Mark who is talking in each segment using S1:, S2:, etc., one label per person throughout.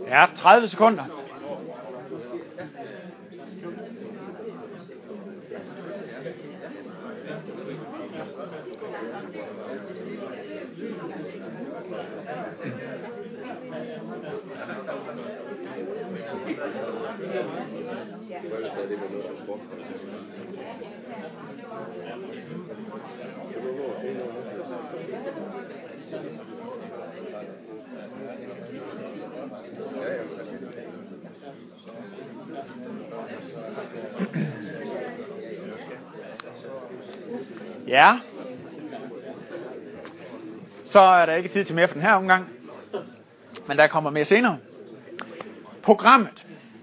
S1: Ja, 30 sekunder. Ja. Så er der ikke tid til mere for den her omgang. Men der kommer mere senere. Programmet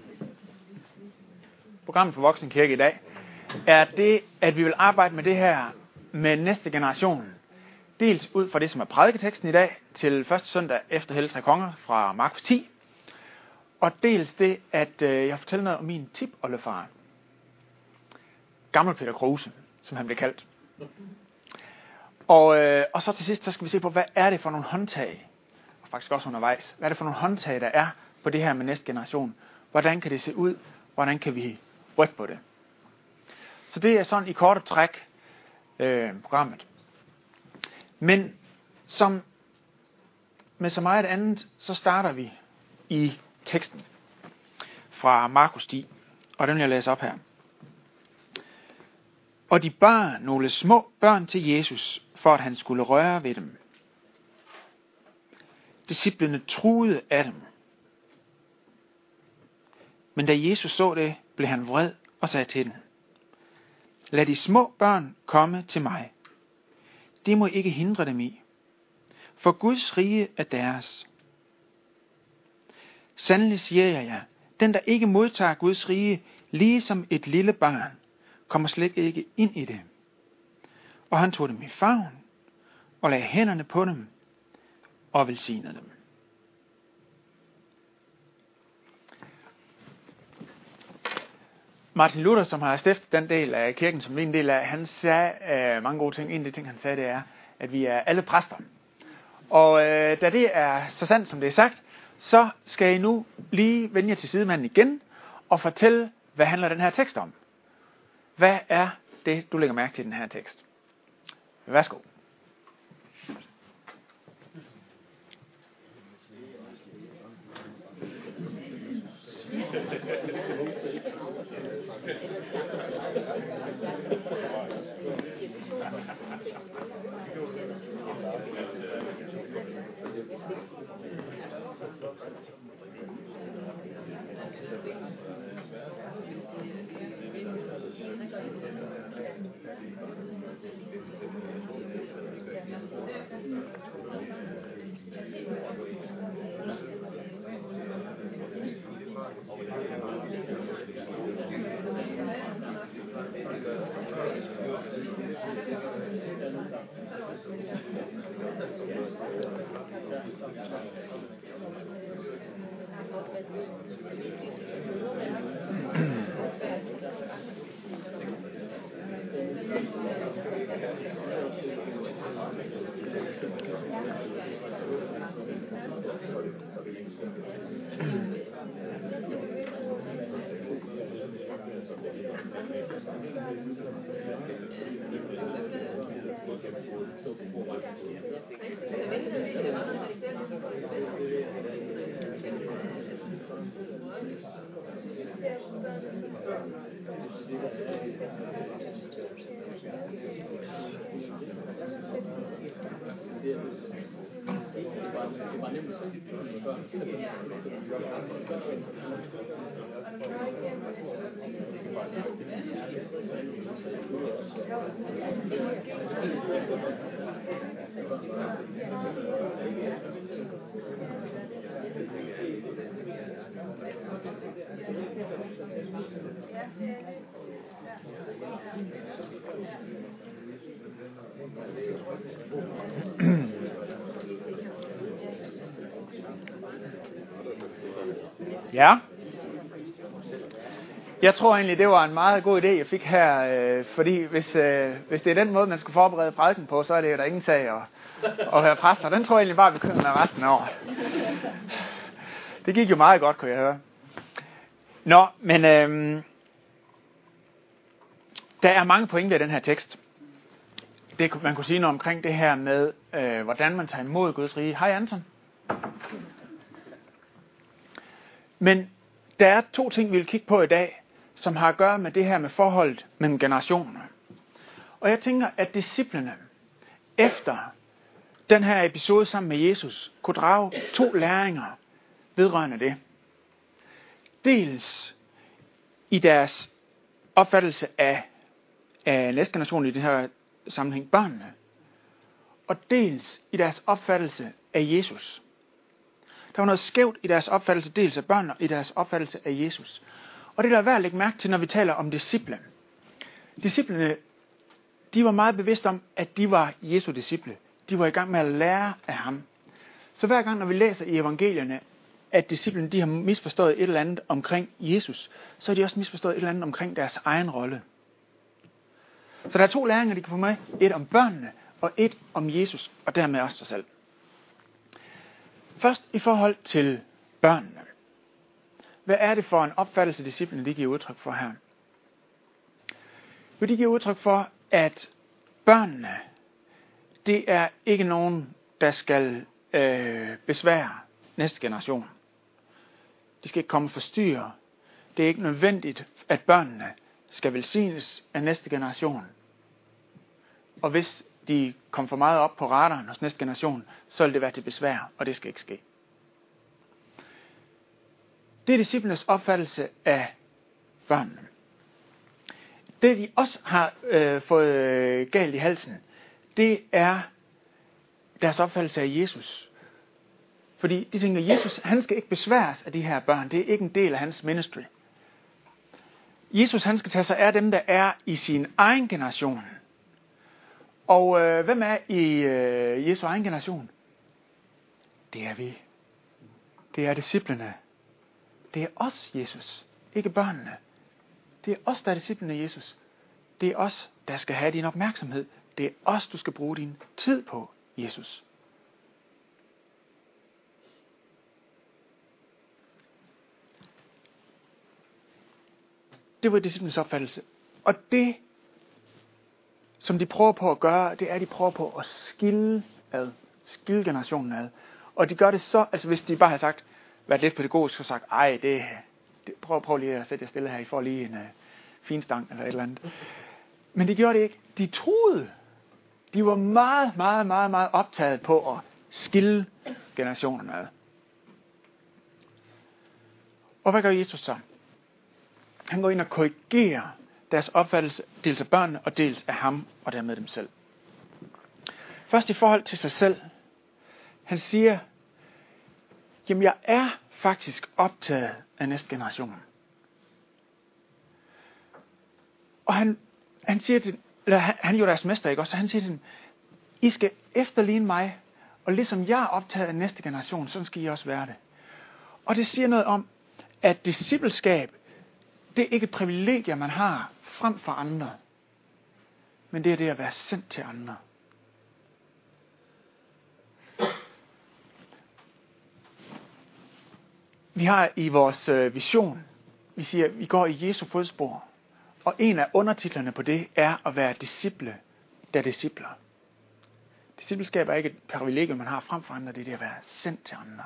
S1: for Voksenkirke i dag er det, at vi vil arbejde med det her med næste generation. Dels ud fra det, som er prædiketeksten i dag, til første søndag efter Hellige Tre Konger fra Markus 10. Og dels det, at jeg fortæller noget om min tipoldefar. Gammel Peter Kruse, som han blev kaldt. Og så til sidst, så skal vi se på, hvad er det for nogle håndtag, og faktisk også undervejs, hvad er det for nogle håndtag, der er på det her med næste generation? Hvordan kan det se ud? Hvordan kan vi rykke på det? Så det er sådan i korte træk programmet. Men som med så meget andet, så starter vi i teksten fra Markus 10, og den vil jeg læse op her. Og de bar nogle små børn til Jesus, for at han skulle røre ved dem. Disciplene truede af dem. Men da Jesus så det, blev han vred og sagde til dem: Lad de små børn komme til mig. Det må ikke hindre dem i, for Guds rige er deres. Sandelig siger jeg jer, den der ikke modtager Guds rige, ligesom et lille barn, kommer slet ikke ind i det. Og han tog dem i favn, og lagde hænderne på dem, og velsignede dem. Martin Luther, som har stiftet den del af kirken, som vi er en del af, han sagde mange gode ting. En af de ting, han sagde, det er, at vi er alle præster. Og da det er så sandt, som det er sagt, så skal I nu lige vende jer til sidemanden igen, og fortælle, hvad handler den her tekst om. Hvad er det, du lægger mærke til i den her tekst? Værsgo. Ja. Jeg tror egentlig, det var en meget god idé, jeg fik her, fordi hvis det er den måde, man skal forberede prædiken på, så er det jo der ingen sag at høre præster. Den tror jeg egentlig bare, vi kører med resten af året. Det gik jo meget godt, kunne jeg høre. Nå, men der er mange pointer i den her tekst. Man kunne sige noget omkring det her med, hvordan man tager imod Guds rige. Hej Anton. Men der er 2 ting, vi vil kigge på i dag, som har at gøre med det her med forholdet mellem generationerne. Og jeg tænker, at disciplene efter den her episode sammen med Jesus kunne drage 2 læringer vedrørende det. Dels i deres opfattelse af næste generation, i den her sammenhæng børnene, og dels i deres opfattelse af Jesus. Der var noget skævt i deres opfattelse, dels af børnene, og i deres opfattelse af Jesus. Og det der er værd at lægge mærke til, når vi taler om disciple. Disciplene, de var meget bevidste om, at de var Jesu disciple. De var i gang med at lære af ham. Så hver gang, når vi læser i evangelierne, at disciplene de har misforstået et eller andet omkring Jesus, så har de også misforstået et eller andet omkring deres egen rolle. Så der er 2 læringer, de kan få med. Et om børnene, og et om Jesus, og dermed også sig selv. Først i forhold til børnene. Hvad er det for en opfattelse, disciplene de giver udtryk for her? Jo, de giver udtryk for, at børnene, det er ikke nogen, der skal besvære næste generation. De skal ikke komme og forstyrre. Det er ikke nødvendigt, at børnene skal velsignes af næste generation. Og hvis de kommer for meget op på radaren hos næste generation, så vil det være til besvær, og det skal ikke ske. Det er disciplenes opfattelse af børnene. Det de også har fået galt i halsen, det er deres opfattelse af Jesus. Fordi de tænker, at Jesus han skal ikke besværes af de her børn. Det er ikke en del af hans ministry. Jesus han skal tage sig af dem, der er i sin egen generation. Og hvem er i Jesu egen generation? Det er vi. Det er disciplene. Det er os, Jesus. Ikke børnene. Det er os, der er disciplene af Jesus. Det er os, der skal have din opmærksomhed. Det er os, du skal bruge din tid på, Jesus. Det var disciplinens opfattelse. Og det, som de prøver på at gøre, det er, at de prøver på at skille generationen ad. Og de gør det så, altså hvis de bare har sagt, været lidt pædagogisk og sagt, prøv lige at sætte jer stille her, I får lige en finstang eller et eller andet. Men de gjorde det ikke. De troede. De var meget, meget, meget, meget optaget på at skille generationerne ad. Og hvad gør Jesus så? Han går ind og korrigerer deres opfattelse, dels af børnene og dels af ham og dermed dem selv. Først i forhold til sig selv. Han siger, jamen jeg er faktisk optaget af næste generation. Og han siger til, eller han er jo deres mester, ikke også? Så han siger til dem, I skal efterligne mig, og ligesom jeg er optaget af næste generation, så skal I også være det. Og det siger noget om, at discipleskab, det er ikke et privilegium, man har frem for andre. Men det er det at være sendt til andre. Vi har i vores vision, vi siger, at vi går i Jesu fodspor. Og en af undertitlerne på det er at være disciple, der discipler. Discipleskab er ikke et privilegium, man har frem for andre, det er det at være sendt til andre.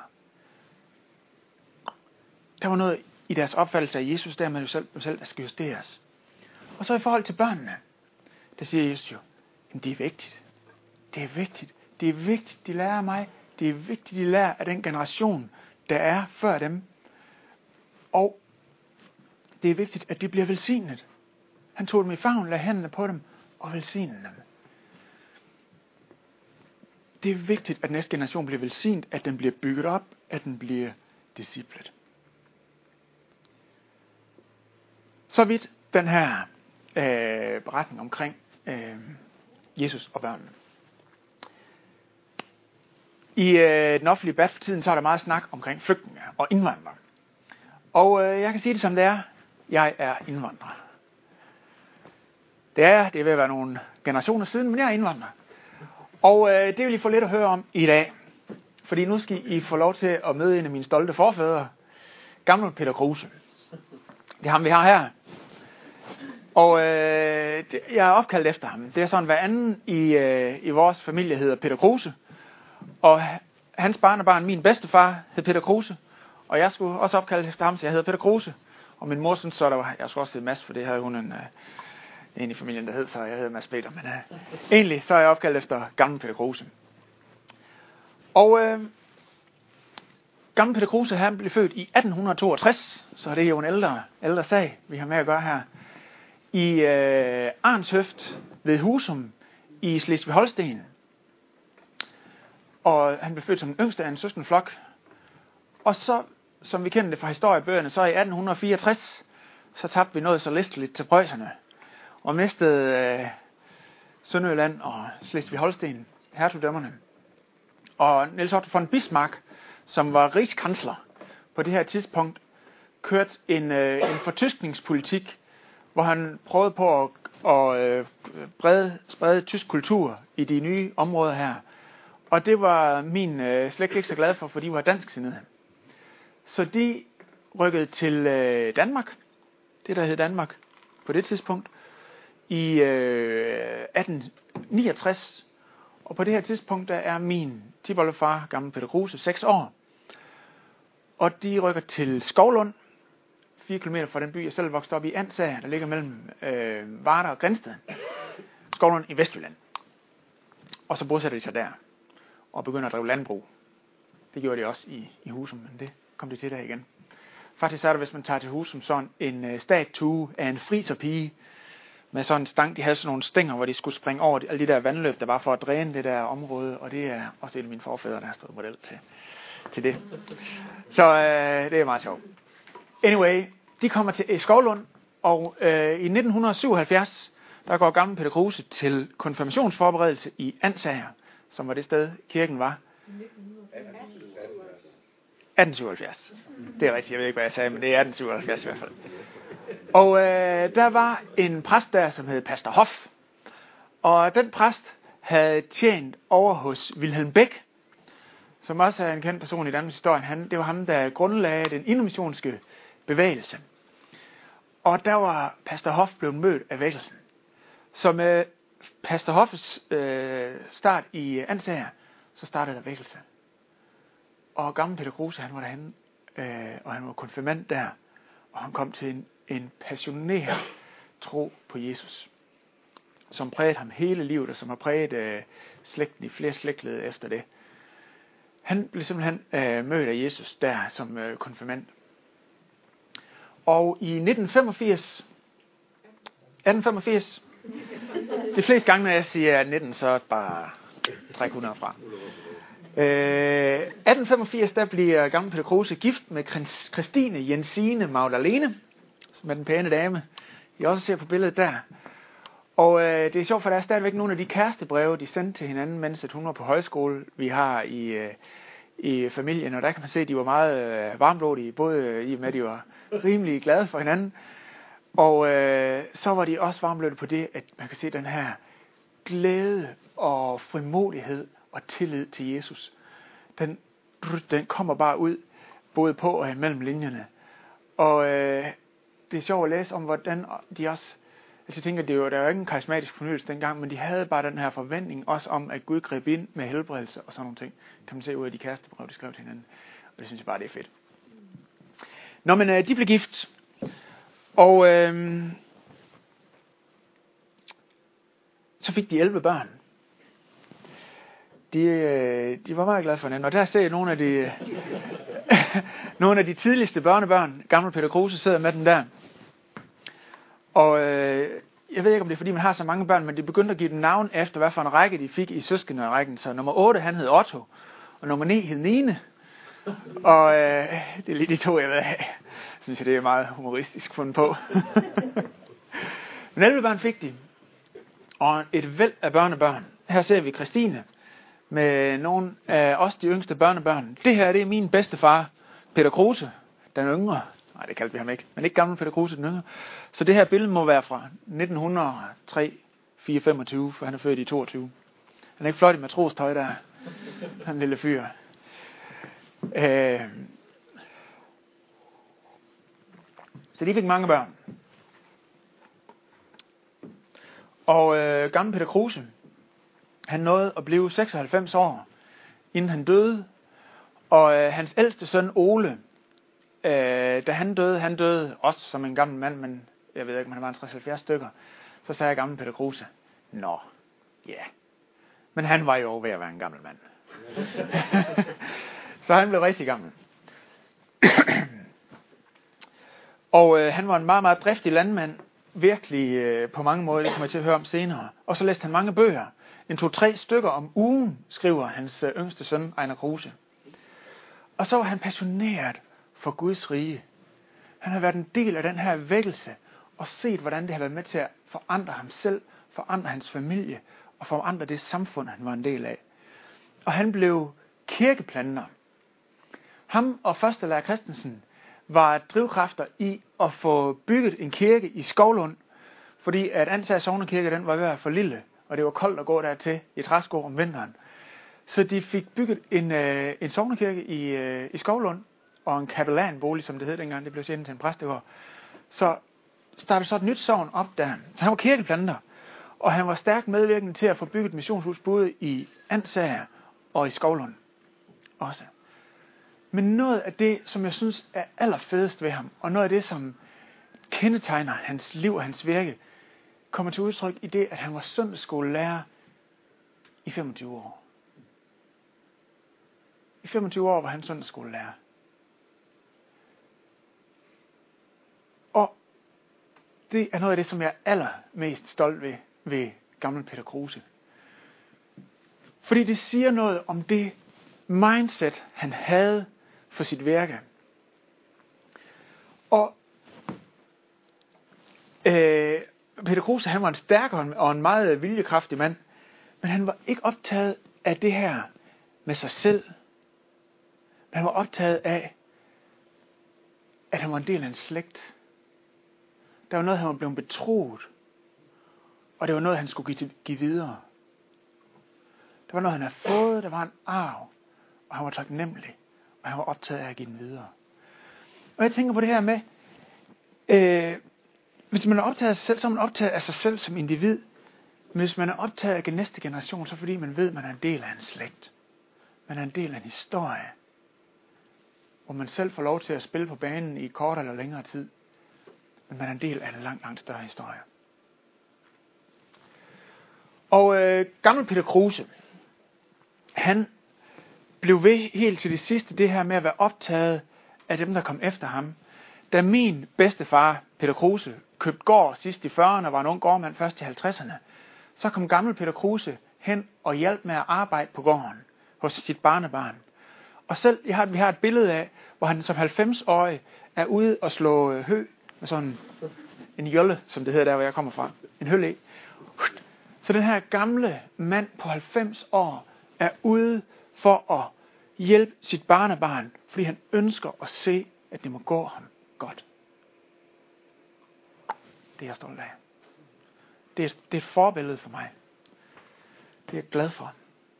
S1: Der var noget i deres opfattelse af Jesus, der med selv, der skal justeres. Og så i forhold til børnene, der siger Jesus jo, jamen det er vigtigt. Det er vigtigt. Det er vigtigt, de lærer af mig. Det er vigtigt, de lærer af den generation, der er før dem. Og det er vigtigt, at de bliver velsignet. Han tog dem i favn, lagde hænderne på dem og velsignede dem. Det er vigtigt, at næste generation bliver velsignet, at den bliver bygget op, at den bliver disciplet. Så vidt den her beretning omkring Jesus og børnene. I den offentlige debat for tiden, så er der meget snak omkring flygtninge og indvandrere. Og jeg kan sige det som det er. Jeg er indvandrer. Det er ved at være nogle generationer siden, men jeg er indvandrer. Og det vil I få lidt at høre om i dag. fordi nu skal I få lov til at møde en af mine stolte forfædre, gamle Peter Kruse. Det er ham, vi har her. Og jeg er opkaldt efter ham. Det er sådan, hver anden i vores familie hedder Peter Kruse. Og hans barnebarn, min bedstefar, hed Peter Kruse. Og jeg skulle også opkalde efter ham, så jeg hedder Peter Kruse. Og min mor synes så, jeg skulle også hedde Mads, for det havde hun en i familien, der hed, så jeg hedder Mads Peter. Men egentlig så er jeg opkaldt efter gamle Peter Kruse. Og gamle Peter Kruse, han blev født i 1862, så det er jo en ældre sag, vi har med at gøre her. I Arnshøft ved Husum i Slesvig-Holsten. Og han blev født som den yngste af en søskenflok. Og så, som vi kender det fra historiebøgerne, så i 1864, så tabte vi noget så listeligt til preusserne. Og mistede Sønderjylland og Slesvig-Holsten, hertugdømmerne. Og Niels Otto von Bismarck, som var rigskansler på det her tidspunkt, kørte en fortyskningspolitik, hvor han prøvede på at sprede tysk kultur i de nye områder her. Og det var min slægt ikke så glad for, for de var dansksindede. Så de rykkede til Danmark, det der hed Danmark på det tidspunkt, i 1869. Og på det her tidspunkt, der er min tipoldefar, gammel Peter Kruse, 6 år. Og de rykker til Skovlund, 4 kilometer fra den by, jeg selv voksede op i, Ansager, der ligger mellem Varder og Grænsted. Skovlund i Vestjylland. Og så bosætter de sig der, og begynder at drive landbrug. Det gjorde de også i Husum, men det kom de til der igen. Faktisk er der, hvis man tager til Husum, sådan en statue af en friserpige, med sådan en stang. De havde sådan nogle stænger, hvor de skulle springe over alle de der vandløb, der var for at dræne det der område, og det er også en af mine forfædre, der har stået model til det. Så det er meget sjovt. Anyway, de kommer til Skovlund, og i 1977, der går gamle Peter Kruse til konfirmationsforberedelse i Ansager, som var det sted, kirken var. 1877. Det er rigtigt, jeg ved ikke, hvad jeg sagde, men det er 1877 i hvert fald. Og der var en præst der, som hed Pastor Hoff. Og den præst havde tjent over hos Wilhelm Beck, som også er en kendt person i Danmarks historie. Det var ham, der grundlagde den indremissionske bevægelse. Og der var Pastor Hoff blevet mødt af vækkelsen. Så med Pastor Hoffs start i Ansager, så startede der vækkelse. Og gamle Peter Kruse, han var derhenne, og han var konfirmand der. Og han kom til en passioneret tro på Jesus, som prægede ham hele livet, og som har præget slægten i flere slægtled efter det. Han blev simpelthen mødt af Jesus der som konfirmand. Og i 1885, de fleste gange, når jeg siger 19, så er det bare 300 fra. 1885, der bliver gamle Peter Kruse gift med Christine Jensine Magdalene, som er den pæne dame, I også ser på billedet der. Og det er sjovt, for der er stadigvæk nogle af de kærestebreve, de sendte til hinanden, mens at hun var på højskole, vi har i familien. Og der kan man se, at de var meget varmblodige, både i og med, at de var rimelig glade for hinanden. Og så var de også varmblødte på det, at man kan se den her glæde og frimodighed og tillid til Jesus. Den kommer bare ud, både på og imellem linjerne. Og det er sjovt at læse om, hvordan de også... Altså jeg tænker, der var jo ikke en karismatisk fornyelse dengang, men de havde bare den her forventning også om, at Gud greb ind med helbredelse og sådan nogle ting. Kan man se ud af de kærestebrev, de skrev til hinanden. Og det synes jeg bare, det er fedt. Nå, men de blev gift. Og så fik de 11 børn. De var meget glade for hinanden. Og der ser jeg nogle af de tidligste børnebørn. Gamle Peter Kruse sidder med den der. Og jeg ved ikke, om det er, fordi man har så mange børn, men de begyndte at give den navn efter, hvad for en række de fik i søskenderækken. Så nummer 8, han hed Otto, og nummer 9 hed Nine. Og det er lige de to, jeg ved have. Synes jeg, det er meget humoristisk fundet på. Men 11 børn fik de. Og et væld af børnebørn. Her ser vi Christine med nogle af os de yngste børnebørn. Det her, det er min bedstefar, Peter Kruse, den yngre. Nej, det kaldte vi ham ikke. Men ikke gamle Peter Kruse, den yngre. Så det her billede må være fra 1903, 425, for han er født i 22. Han er ikke flot i matrostøj der. Han lille fyr. Så de fik mange børn. Og gamle Peter Kruse, han nåede at blive 96 år, inden han døde. Og hans ældste søn Ole, da han døde også som en gammel mand, men jeg ved ikke, om han var en 60-70 stykker. Så sagde gamle Peter Kruse, nå, ja. Yeah. Men han var jo ved at være en gammel mand. Så han blev rigtig gammel. Og han var en meget, meget driftig landmand. Virkelig på mange måder, det kommer jeg til at høre om senere. Og så læste han mange bøger. En 2-3 stykker om ugen, skriver hans yngste søn, Ejner Kruse. Og så var han passioneret for Guds rige. Han har været en del af den her vækkelse, og set, hvordan det har været med til at forandre ham selv, forandre hans familie, og forandre det samfund, han var en del af. Og han blev kirkeplanter. Ham og førstelærer Christensen var drivkræfter i at få bygget en kirke i Skovlund, fordi at Ansager Sognekirke, den var ved at være for lille, og det var koldt at gå dertil i træsko om vinteren. Så de fik bygget en sognekirke i Skovlund, og en kapellanbolig, som det hed dengang, det blev sendt til en præstegård. Så startede så et nyt sogn op der. Så han var kirkeplanter, og han var stærkt medvirkende til at få bygget missionshus både i Ansager og i Skovlund også. Men noget af det, som jeg synes er allerfedest ved ham, og noget af det, som kendetegner hans liv og hans virke, kommer til udtryk i det, at han var søndagsskolelærer i 25 år. I 25 år var han søndagsskolelærer. Og det er noget af det, som jeg er allermest stolt ved gamle Peter Kruse. Fordi det siger noget om det mindset, han havde for sit virke. Og Peter Kruse, han var en stærkere og en meget viljekraftig mand, men han var ikke optaget af det her med sig selv. Men han var optaget af, at han var en del af en slægt. Der var noget, han var blevet betroet, og det var noget, han skulle give videre. Der var noget, han havde fået, der var en arv, og han var taknemmelig, og han var optaget af at give den videre. Og jeg tænker på det her med, hvis man er optaget af sig selv, så er man optaget af sig selv som individ. Men hvis man er optaget af næste generation, så fordi man ved, at man er en del af en slægt. Man er en del af en historie, hvor man selv får lov til at spille på banen i kort eller længere tid. Men man er en del af en langt, langt større historie. Og gammel Peter Kruse, han blev ved helt til det sidste, det her med at være optaget af dem, der kom efter ham. Da min bedstefar, Peter Kruse, købte gård sidst i 40'erne, var en ung gårdmand først i 50'erne, så kom gammel Peter Kruse hen og hjalp med at arbejde på gården hos sit barnebarn. Og selv, vi har et billede af, hvor han som 90-årig er ude og slå hø med sådan en jolle, som det hedder der, hvor jeg kommer fra. En hølle. Så den her gamle mand på 90 år er ude for at hjælpe sit barnebarn, fordi han ønsker at se, at det må gå ham godt. Det er jeg stolt af. Det er et forbillede for mig. Det er jeg glad for.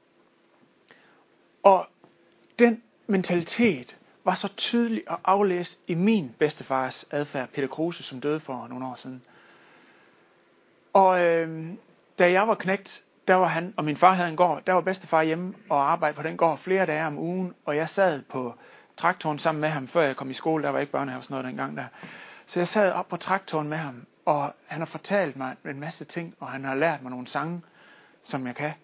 S1: Og den mentalitet var så tydelig at aflæse i min bedstefars adfærd, Peter Kruse, som døde for nogle år siden. Og da jeg var knægt, der var han, og min far havde en gård, der var bedstefar hjemme og arbejdede på den gård flere dage om ugen, og jeg sad på traktoren sammen med ham, før jeg kom i skole, der var ikke børnehave og sådan noget dengang der. Så jeg sad op på traktoren med ham, og han har fortalt mig en masse ting, og han har lært mig nogle sange, som jeg kan.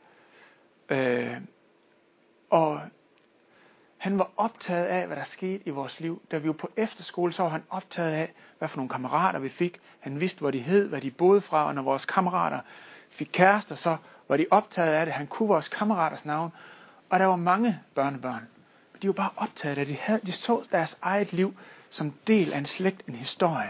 S1: Og han var optaget af, hvad der skete i vores liv. Da vi var på efterskole, så var han optaget af, hvad for nogle kammerater vi fik. Han vidste, hvor de hed, hvad de boede fra, og når vores kammerater fik kærester, så var de optaget af det. Han kunne vores kammeraters navn. Og der var mange børnebørn. Men de var bare optaget af det. De så deres eget liv som del af en slægt, en historie.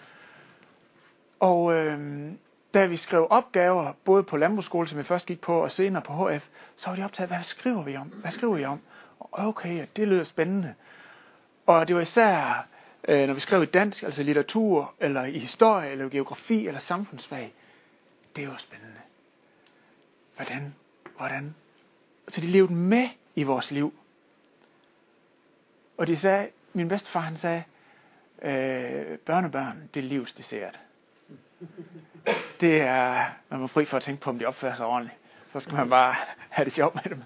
S1: Og da vi skrev opgaver, både på landbrugsskole, som jeg først gik på, og senere på HF, så var de optaget, hvad skriver vi om? Hvad skriver I om? Og okay, det lyder spændende. Og det var især, når vi skrev i dansk, altså litteratur, eller i historie, eller geografi, eller samfundsfag. Det var spændende. Hvordan? Så de levede med i vores liv. Og de sagde, min bedstefar han sagde, børnebørn, det er livs dessert. Det er, man var fri for at tænke på, om de opfører sig ordentligt. Så skal man bare have det sjovt med dem.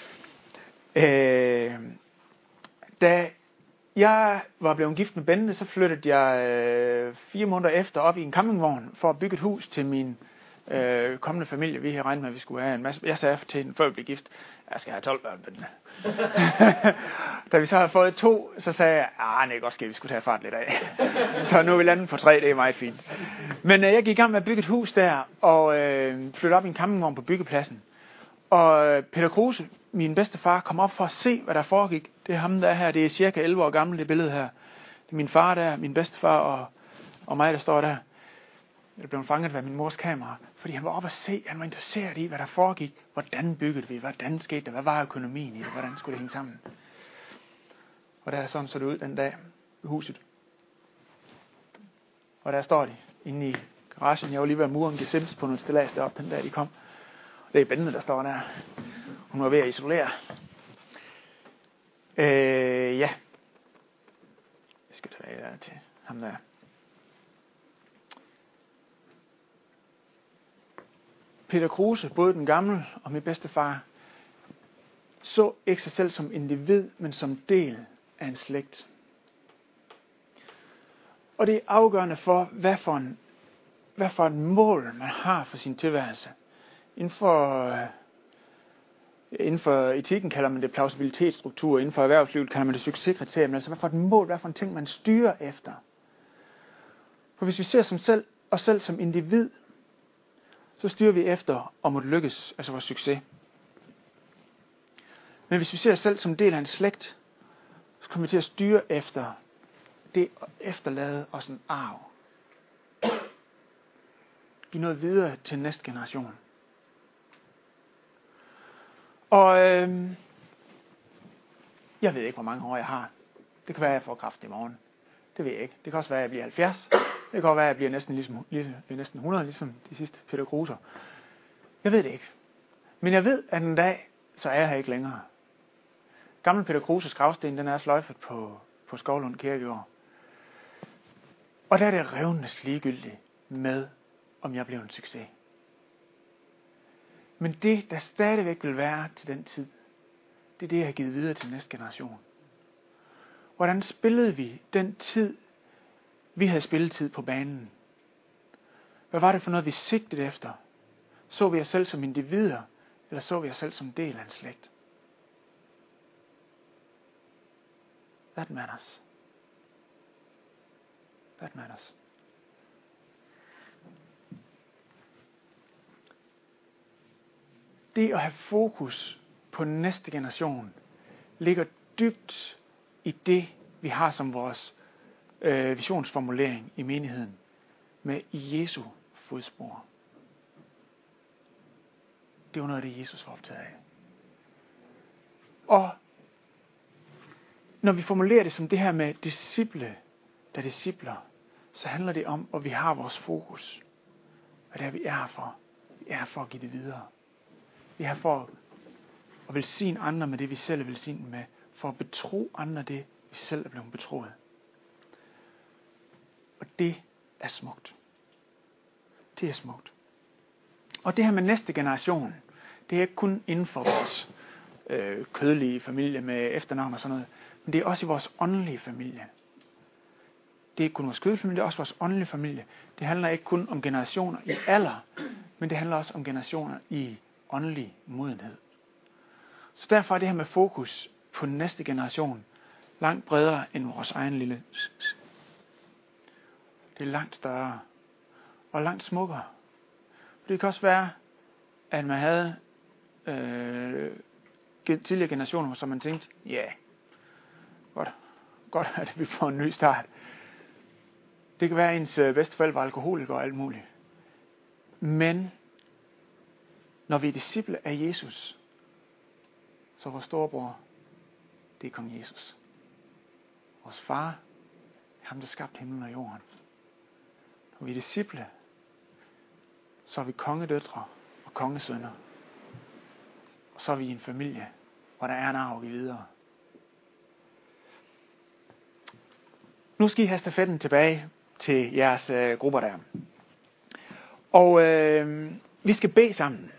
S1: Da jeg var blevet gift med Bente, så flyttede jeg 4 måneder efter op i en campingvogn for at bygge et hus til min kommende familie. Vi havde regnet med, at vi skulle have en masse. Jeg sagde til hende, før vi blev gift, jeg skal have 12 børn, Bente. Da vi så havde fået 2, så sagde jeg, nej, godt ske, vi skulle tage fart lidt af. Så nu er vi landet på 3, det er meget fint. Men jeg gik i gang med at bygge et hus der, og flyttede op i en campingvogn på byggepladsen. Og Peter Kruse, min bedstefar, kom op for at se, hvad der foregik. Det er ham, der er her. Det er cirka 11 år gammel, det billede her. Det er min far der, min bedstefar og mig, der står der. Jeg blev fanget af min mors kamera, fordi han var oppe at se, han var interesseret i, hvad der foregik. Hvordan byggede vi? Hvordan skete det? Hvad var økonomien i det? Hvordan skulle det hænge sammen? Og der sådan så det ud den dag i huset. Og der står de inde i garagen. Jeg var lige ved at mure en gesims på noget stillads deroppe, den dag de kom. Og det er Bente, der står der. Hun var ved at isolere. Ja. Jeg skal tilbage der til ham der. Peter Kruse, både den gamle og min bedstefar, så ikke sig selv som individ, men som del af en slægt. Og det er afgørende for, hvad for et mål man har for sin tilværelse. Inden for etikken kalder man det plausibilitetsstruktur, inden for erhvervslivet kalder man det succeskriterier, men altså hvad for et mål, hvad for en ting man styrer efter. For hvis vi ser os selv som individ, så styrer vi efter at måtte lykkes, altså vores succes. Men hvis vi ser os selv som del af en slægt, så kommer vi til at styre efter det at efterlade os en arv. Give noget videre til næste generation. Og jeg ved ikke, hvor mange år jeg har. Det kan være, at jeg får kræft i morgen. Det ved jeg ikke. Det kan også være, at jeg bliver 70. Det kan også være, at jeg bliver næsten 100, ligesom de sidste Peter Kruser. Jeg ved det ikke. Men jeg ved, at en dag, så er jeg her ikke længere. Gammel Peter Kruses gravsten, den er sløjfet på Skovlund Kirkegård. Og der er det revnende ligegyldigt med, om jeg blev en succes. Men det, der stadigvæk vil være til den tid, det er det, jeg har givet videre til næste generation. Hvordan spillede vi den tid, vi havde spilletid på banen? Hvad var det for noget, vi sigtede efter? Så vi os selv som individer, eller så vi os selv som del af en slægt? That matters. That matters. Det at have fokus på næste generation ligger dybt i det, vi har som vores visionsformulering i menigheden med Jesu fodspor. Det var noget af det, Jesus var optaget af. Og når vi formulerer det som det her med discipler, så handler det om, at vi har vores fokus. Hvad det er, vi er her for. Vi er her for at give det videre. Vi er her for at velsigne andre med det, vi selv er velsignet med. For at betro andre det, vi selv er blevet betroet. Og det er smukt. Det er smukt. Og det her med næste generation, det er ikke kun inden for vores kødelige familie med efternavn og sådan noget, men det er også i vores åndelige familie. Det er ikke kun vores kødelige familie, det er også vores åndelige familie. Det handler ikke kun om generationer i alder, men det handler også om generationer i åndelig modenhed. Så derfor er det her med fokus på den næste generation langt bredere end vores egen lille. Det er langt større og langt smukkere. Det kan også være, at man havde tidligere generationer, som man tænkte, godt at vi får en ny start. Det kan være, at ens bedsteforældre var alkoholikere og alt muligt. Men når vi er disciple af Jesus, så vores storebror, det er kong Jesus. Vores far er ham, der skabte himlen og jorden. Når vi er disciple, så er vi kongedøtre og kongesønner. Og så er vi en familie, hvor der er en arv at give videre. Nu skal I have stafetten tilbage til jeres grupper der. Og vi skal bede sammen.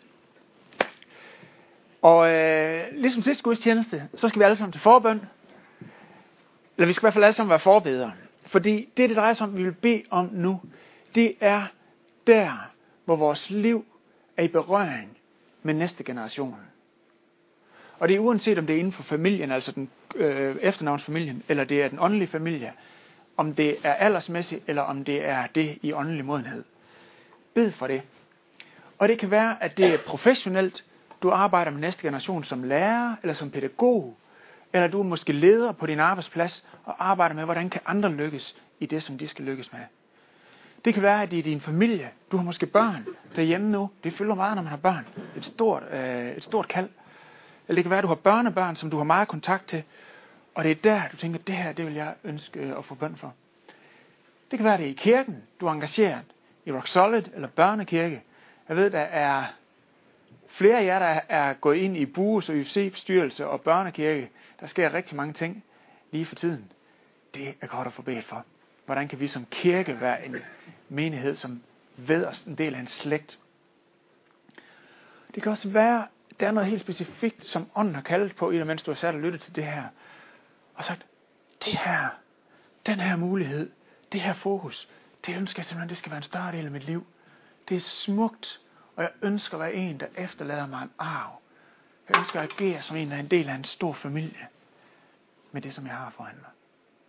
S1: Og ligesom sidste gudstjeneste, så skal vi alle sammen til forbøn. Eller vi skal i hvert fald alle sammen være forbedere. Fordi det drejer sig om, vi vil bede om nu, det er der, hvor vores liv er i berøring med næste generation. Og det er uanset om det er inden for familien, altså den efternavnsfamilien, eller det er den åndelige familie, om det er aldersmæssigt, eller om det er det i åndelig modenhed. Bed for det. Og det kan være, at det er professionelt, du arbejder med næste generation som lærer, eller som pædagog, eller du er måske leder på din arbejdsplads, og arbejder med, hvordan kan andre lykkes i det, som de skal lykkes med. Det kan være, at det er din familie. Du har måske børn derhjemme nu. Det fylder meget, når man har børn. Et stort kald. Eller det kan være, at du har børnebørn, som du har meget kontakt til. Og det er der, du tænker, det her, det vil jeg ønske at få bøn for. Det kan være, at det er i kirken, du er engageret. I Rock Solid eller børnekirke. Jeg ved, der er flere af jer, der er gået ind i BUES og UFC-bestyrelse og børnekirke. Der sker rigtig mange ting lige for tiden. Det er godt at få bedt for. Hvordan kan vi som kirke være en menighed, som ved os en del af en slægt? Det kan også være, der er noget helt specifikt, som ånden har kaldt på, mens du har sat og lyttet til det her. Og sagt, det her, den her mulighed, det her fokus, det ønsker jeg simpelthen, det skal være en større del af mit liv. Det er smukt, og jeg ønsker at være en, der efterlader mig en arv. Jeg ønsker at agere som en, der er en del af en stor familie, med det, som jeg har foran mig.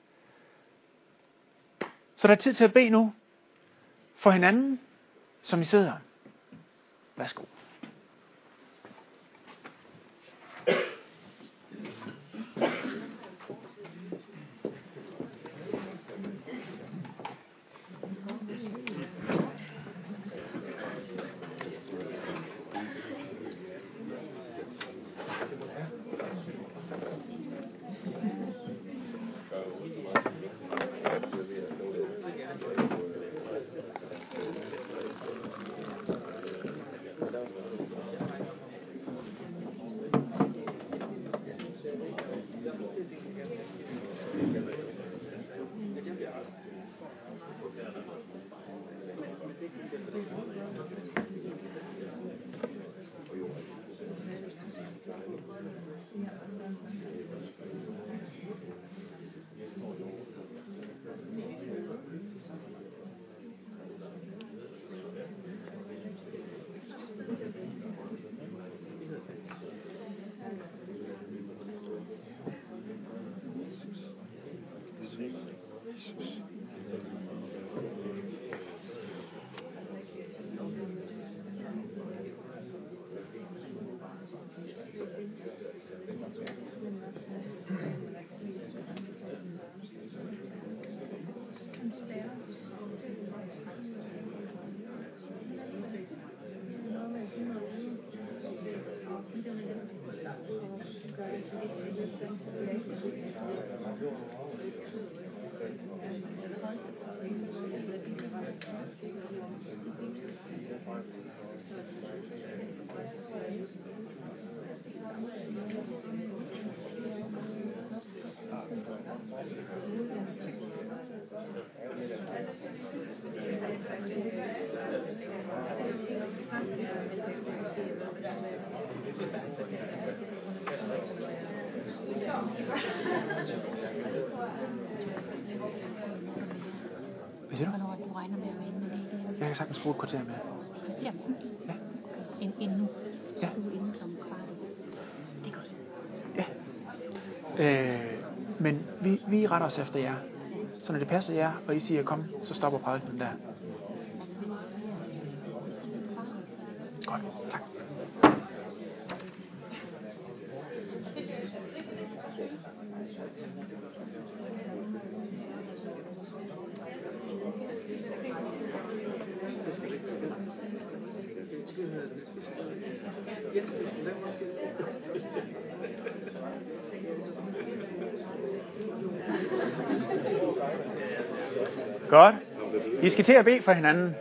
S1: Så der er tid til at bede nu, for hinanden, som I sidder. Værsgo. Hvad siger du?
S2: Hvornår du regner med at være inde med det?
S1: Jeg kan sagtens bruge et kvarter med.
S2: Ja.
S1: Ja.
S2: Endnu.
S1: Ja.
S2: Du er inde klokken kvart. Det er godt.
S1: Ja. Men vi retter os efter jer. Så når det passer jer, og I siger kom, så stopper prædikenen der. Godt, tak. Godt. I skal til at bede for hinanden.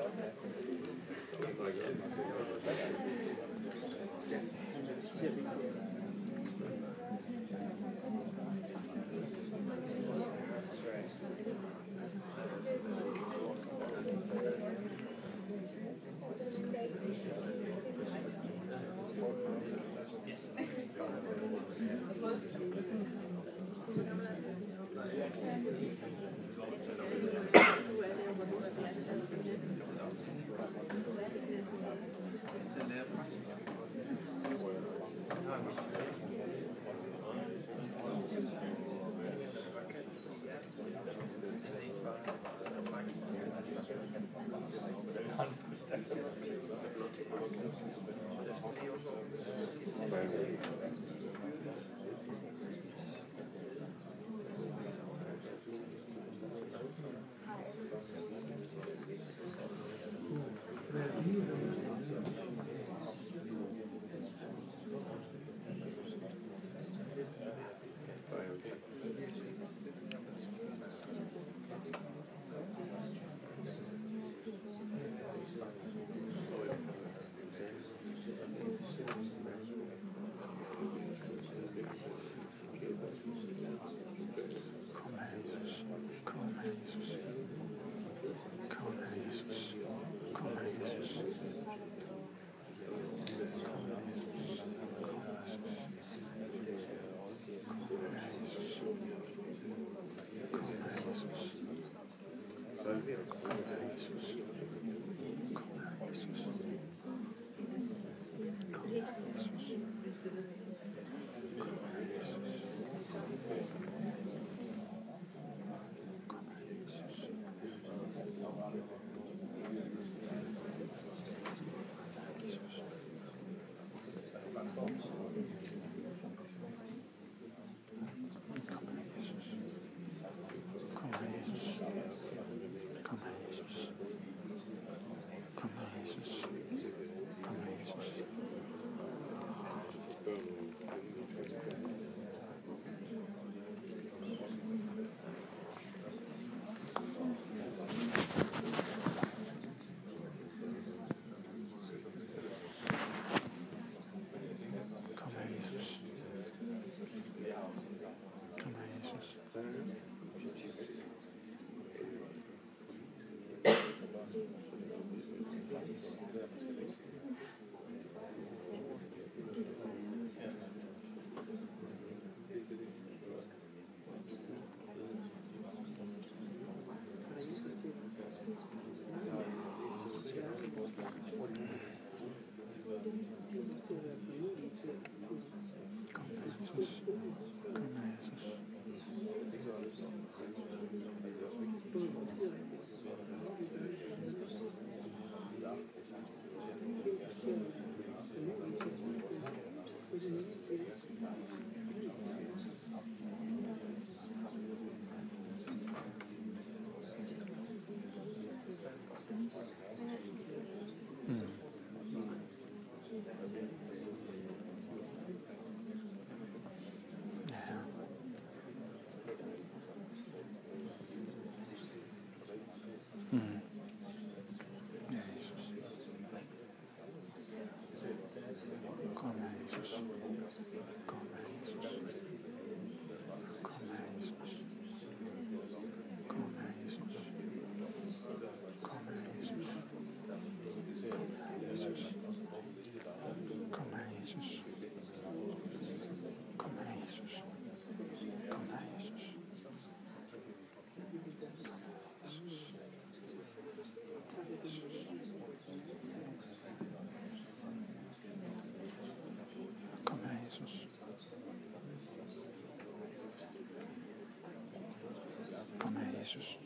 S1: Jesus.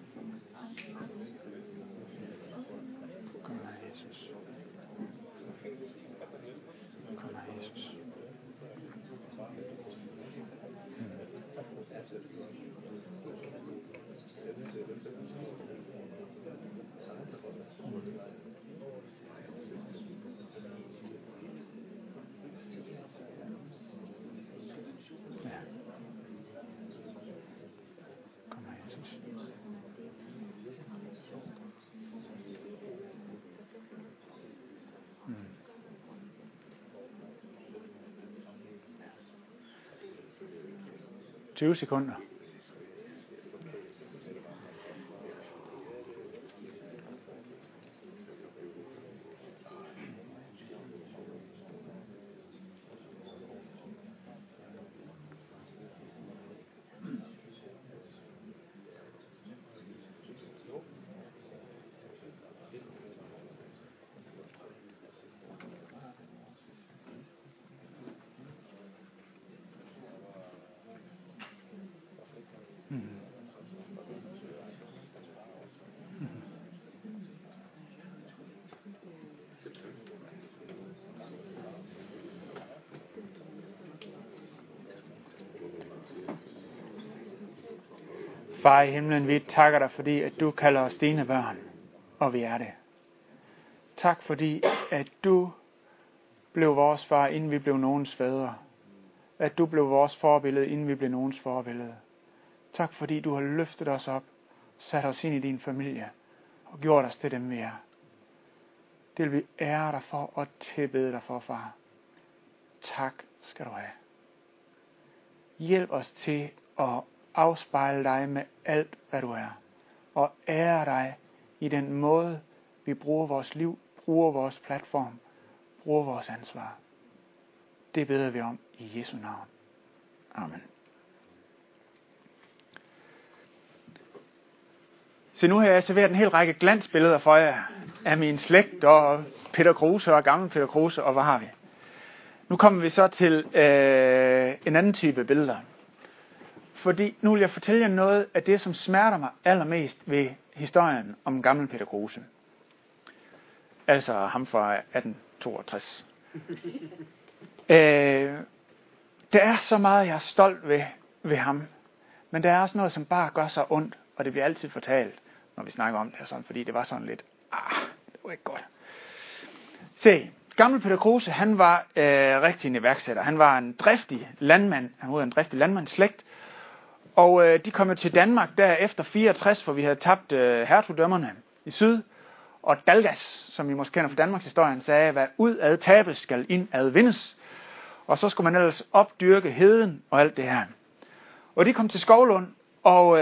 S1: Kom her, Jesus. Kom her, Jesus. Ja. Kom her, Jesus. Mm. 20 sekunder. Far i himlen, vi takker dig, fordi at du kalder os dine børn, og vi er det. Tak fordi, at du blev vores far, inden vi blev nogens fædre. At du blev vores forbillede, inden vi blev nogens forbillede. Tak fordi du har løftet os op, sat os ind i din familie, og gjort os til dem, vi er. Det vil vi ære dig for og tilbede dig for, far. Tak skal du have. Hjælp os til at afspejle dig med alt, hvad du er. Og ære dig i den måde, vi bruger vores liv, bruger vores platform, bruger vores ansvar. Det beder vi om i Jesu navn. Amen. Så nu har jeg serveret en hel række glansbilleder for jer af min slægt og Peter Kruse og gammel Peter Kruse, og hvad har vi? Nu kommer vi så til en anden type billeder. Fordi nu vil jeg fortælle jer noget af det, som smerter mig allermest ved historien om gammel Peter Kruse. Altså ham fra 1862. Der er så meget, jeg er stolt ved ham. Men der er også noget, som bare gør så ondt, og det bliver altid fortalt, når vi snakker om det her sådan, fordi det var sådan lidt, det var ikke godt. Se, gammel Peter Kruse, han var rigtig en iværksætter. Han var en driftig landmand, han var en driftig landmandsslægt, og de kom jo til Danmark der efter 64, hvor vi havde tabt hertugdømmerne i syd, og Dalgas, som I måske kender fra Danmarks historien, sagde, hvad ud ad tabes skal ind ad vindes, og så skulle man ellers opdyrke heden og alt det her. Og de kom til Skovlund, og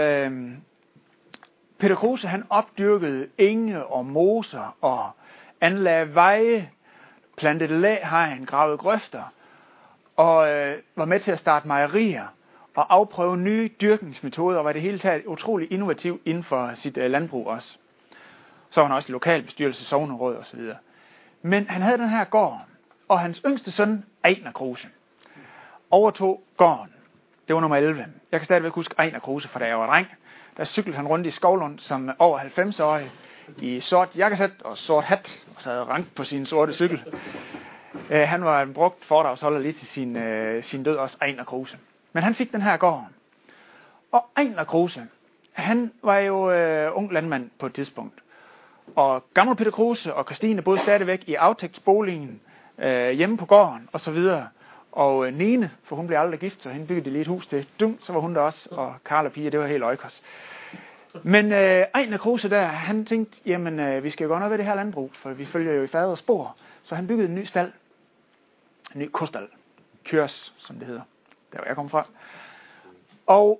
S1: Peter Kruse, han opdyrkede enge og moser og anlagde veje, plantede læhegn, gravede grøfter og var med til at starte mejerier og afprøve nye dyrkningsmetoder og var det hele taget utrolig innovativ inden for sit landbrug også. Så var han også i lokalbestyrelse, sogneråd og så videre. Men han havde den her gård, og hans yngste søn, Ejner Kruse, overtog gården. Det var nummer 11. Jeg kan stadigvæk huske Ejner Kruse, fra da jeg var dreng. Der cyklede han rundt i Skovlund som over 90-årig i sort jakkesæt og sort hat, og sad rank på sin sorte cykel. Han var en brugt foredragsholder lige til sin død, også Ejner Kruse. Men han fik den her gård. Og Ejner Kruse, han var jo ung landmand på et tidspunkt. Og gammel Peter Kruse og Christine boede stadigvæk i aftægtsboligen hjemme på gården og så videre. Og Nene, for hun blev aldrig gift, så hende byggede lige et hus til. Så var hun der også, og Karl og Pia, det var helt øjkos. Men Ejner Kruse der, han tænkte, jamen vi skal jo gøre noget ved det her landbrug, for vi følger jo i faders spor. Så han byggede en ny stald. En ny kostal. Kørs, som det hedder. Der hvor jeg kom fra. Og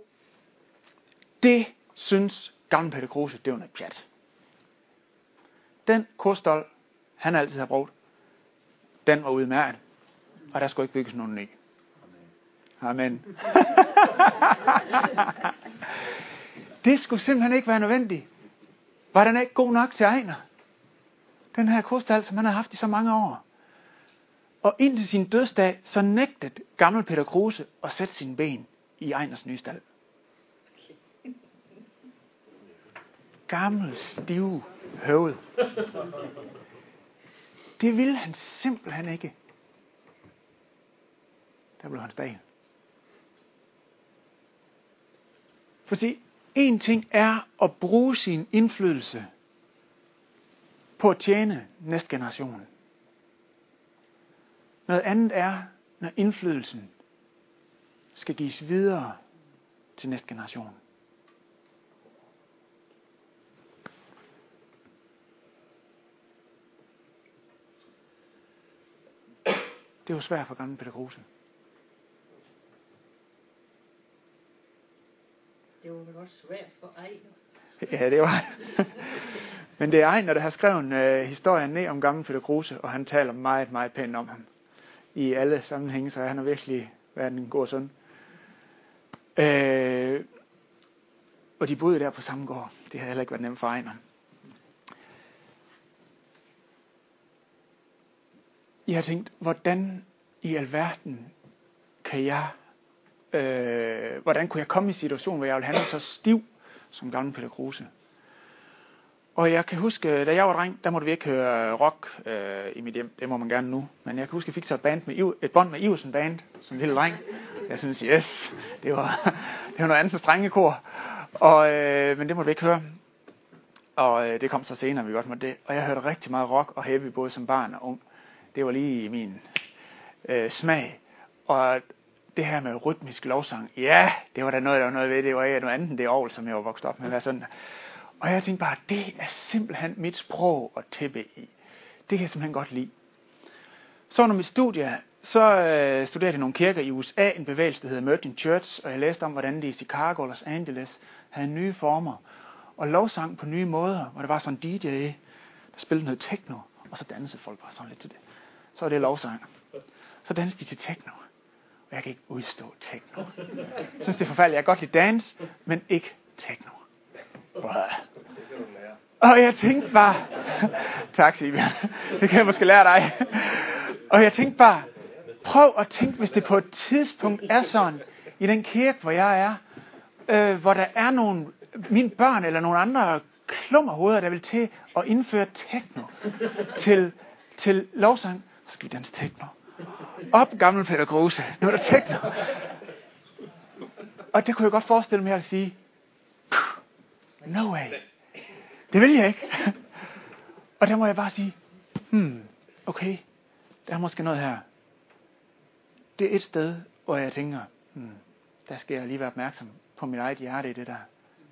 S1: det synes gamle Peter Kruse, det var noget pjat. Den kostal, han altid har brugt, den var udmærket. Og der skulle ikke bygges nogen ny. Amen. Det skulle simpelthen ikke være nødvendigt. Var den ikke god nok til Ejner? Den her kostal, som han har haft i så mange år. Og indtil sin dødsdag, så nægtede gammel Peter Kruse at sætte sine ben i Ejners nye stald. Gammel, stiv høved. Det ville han simpelthen ikke. Der blev han stag. For se, en ting er at bruge sin indflydelse på at tjene næste generation. Noget andet er, når indflydelsen skal gives videre til næste generation. Det var svært for gamle Peter Kruse.
S3: Det var vel også svært for Ejner.
S1: Ja, det var. Men det er Ejner, der har skrevet historien ned om gamle Peter Kruse, og han taler meget, meget pænt om ham. I alle sammenhænge, så han har virkelig været en god søn. Og de boede der på samme gård. Det havde heller ikke været nemt for Ejner. Jeg har tænkt, hvordan i alverden kan jeg hvordan kunne jeg komme i en situation, hvor jeg ville handle så stiv som gammel Peter Kruse. Og jeg kan huske, da jeg var dreng, der måtte vi ikke høre rock i mit hjem. Det må man gerne nu. Men jeg kan huske, at jeg fik så et bånd med Iversen Band som lille dreng. Jeg synes, yes, det var noget andet strengekor. Men det måtte vi ikke høre. Og det kom så senere, vi godt måtte det. Og jeg hørte rigtig meget rock og heavy, både som barn og ung. Det var lige i min smag. Og det her med rytmisk lovsang, ja, det var der noget, ved. Det var ikke noget andet end det orgel, som jeg var vokset op med hver søndag. Og jeg tænkte bare, det er simpelthen mit sprog at tæppe i. Det kan jeg simpelthen godt lide. Så under mit studie, så studerede jeg nogle kirker i USA, en bevægelse, der hedder Emerging Church, og jeg læste om, hvordan de i Chicago og Los Angeles havde nye former, og lovsang på nye måder, hvor der var sådan en DJ, der spillede noget techno, og så dansede folk bare sådan lidt til det. Så var det lovsang. Så dansede de til techno. Og jeg kan ikke udstå techno. Jeg synes, det er forfærdeligt. Jeg kan godt lide dance, men ikke techno. Og jeg tænkte bare, tak Siebjørn, det kan jeg måske lære dig. Og jeg tænkte bare, prøv at tænke, hvis det på et tidspunkt er sådan, i den kirke, hvor jeg er, hvor der er mine børn eller nogle andre klummerhoveder, der vil til at indføre techno til lovsang, så skal vi danse techno. Op, gammel Peter Kruse, nu er der techno. Og det kunne jeg godt forestille mig at sige, no way. Det vil jeg ikke. Og der må jeg bare sige, okay, der er måske noget her. Det er et sted, hvor jeg tænker, der skal jeg lige være opmærksom på mit eget hjerte i det der.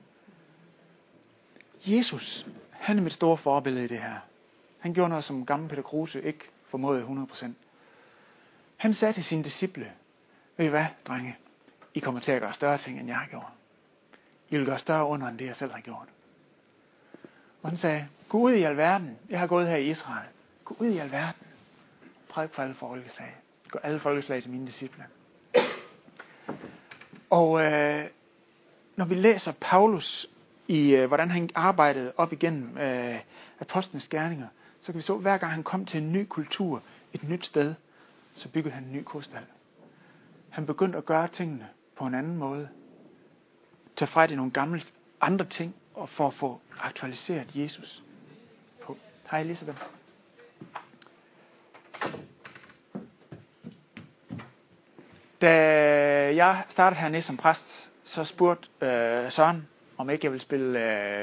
S1: Jesus, han er mit store forbillede i det her. Han gjorde noget, som gammel Peter Kruse ikke formåede 100%. Han sagde til sine disciple, ved I hvad, drenge? I kommer til at gøre større ting, end jeg har gjort. I vil gøre større under, end det jeg selv har gjort. Og han sagde, gå ud i alverden. Jeg har gået her i Israel. Gå ud i alverden. Prædik for alle folkeslag. Gå alle folkeslag til mine disciple. Og når vi læser Paulus i, hvordan han arbejdede op igennem apostlenes gerninger, så kan vi så, hver gang han kom til en ny kultur, et nyt sted, så byggede han en ny kostal. Han begyndte at gøre tingene på en anden måde. Tage fra det nogle gamle andre ting, og for at få aktualiseret Jesus på. Hej Elisabeth. Da jeg startede hernede som præst, så spurgte Søren, om ikke jeg ville spille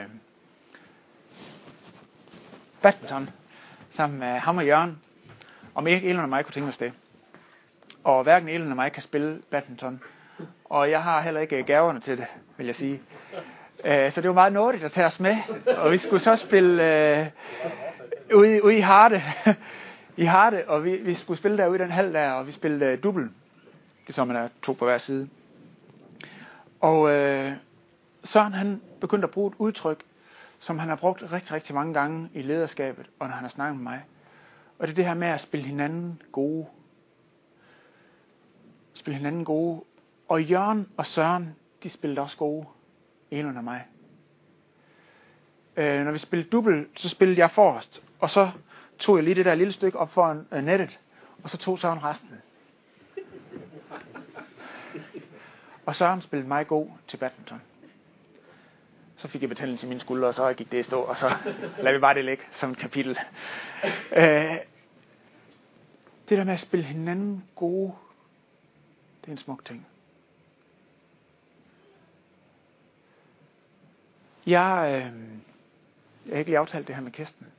S1: badminton sammen med ham og Jørgen. Om ikke Elon og mig kunne tænke os det. Og hverken Elon og mig kan spille badminton. Og jeg har heller ikke gaverne til det, vil jeg sige. Så det var meget nådigt at tage os med. Og vi skulle så spille ude i Harde. Og vi skulle spille derude i den hal der, og vi spillede dubbel. Det er så, man er 2 på hver side. Og Søren han begyndte at bruge et udtryk, som han har brugt rigtig, rigtig mange gange i lederskabet, og når han har snakket med mig. Og det er det her med at spille hinanden gode. Spille hinanden gode. Og Jørgen og Søren, de spillede også gode. Elon og mig. Når vi spillede dubbel, så spillede jeg forrest. Og så tog jeg lige det der lille stykke op foran nettet. Og så tog Søren resten. Og Søren spillede mig god til badminton. Så fik jeg betændelse i mine skuldre, og så gik det i stå, og så lader vi bare det ligge som et kapitel. Det der med at spille hinanden gode, det er en smuk ting. Jeg har ikke lige aftalt det her med Kirsten.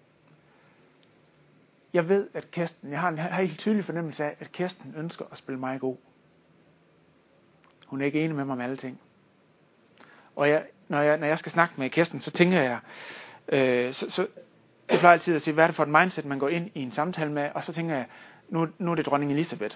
S1: Jeg ved, at Kirsten, jeg har en helt tydelig fornemmelse af, at Kirsten ønsker at spille mig god. Hun er ikke enig med mig om alle ting. Og når jeg skal snakke med Kirsten, så tænker jeg, jeg plejer altid at sige, hvad er det for et mindset, man går ind i en samtale med, og så tænker jeg, nu er det dronning Elisabeth.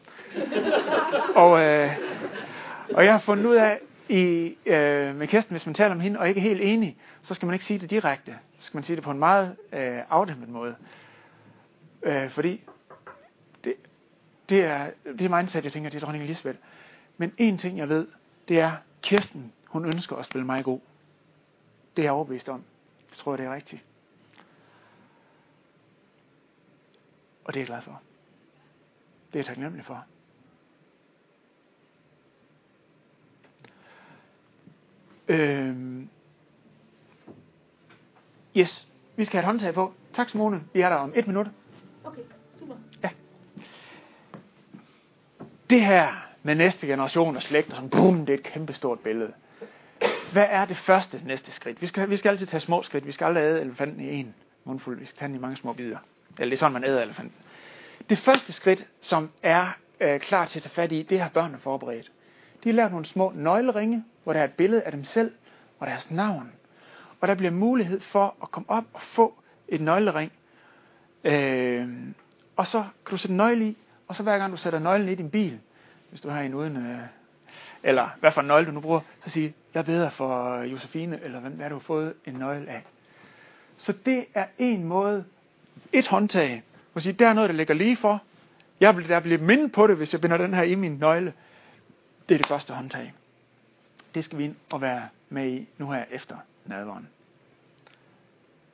S1: Og jeg har fundet ud af, med Kirsten, hvis man taler om hende, og ikke er helt enig, så skal man ikke sige det direkte. Så skal man sige det på en meget afdæmpet måde. Fordi det er mindset, jeg tænker, det er dronning Elisabeth. Men en ting, jeg ved, det er, Kirsten, hun ønsker at spille mig god. Det er jeg overbevist om. Jeg tror, det er rigtigt. Og det er jeg glad for. Det er jeg taknemmelig for. Yes, vi skal have et håndtag på. Tak, Simone. Vi er der om 1 minut.
S2: Okay, super.
S1: Ja. Det her med næste generation og slægt, og sådan, boom, det er et kæmpestort billede. Hvad er det første næste skridt? Vi skal altid tage små skridt. Vi skal aldrig æde elefanten i en mundfuld. Vi skal tage den i mange små bidder. Eller det er sådan, man æder elefanten. Det første skridt, som er klar til at tage fat i, det har børnene forberedt. De har lavet nogle små nøgleringe, hvor der er et billede af dem selv, og deres navn. Og der bliver mulighed for at komme op og få et nøglering. Og så kan du sætte en nøgle i, og så hver gang du sætter nøglen i din bil, hvis du har en uden, eller hvad for en nøgle du nu bruger, så sig, jeg beder for Josefine, eller hvem er du har fået en nøgle af. Så det er en måde, et håndtag, hvor sige, der er noget, der ligger lige for. Der bliver mindet på det, hvis jeg binder den her i min nøgle. Det er det første håndtag. Det skal vi ind og være med i nu her efter nadveren.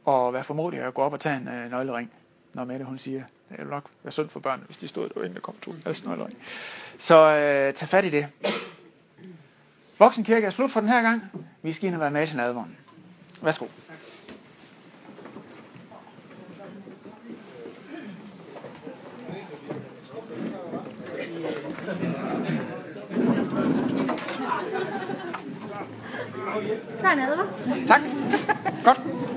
S1: og være formodig at gå op og tage en nøglering, når Mette hun siger, det ville nok være synd for børnene, hvis de stod der, inden der kom 2 nøglering. Så tag fat i det. Voksenkirke er slut for den her gang. Vi skal ind og være med til nadveren. Værsgo.
S2: Der er nadver.
S1: Tak. Godt.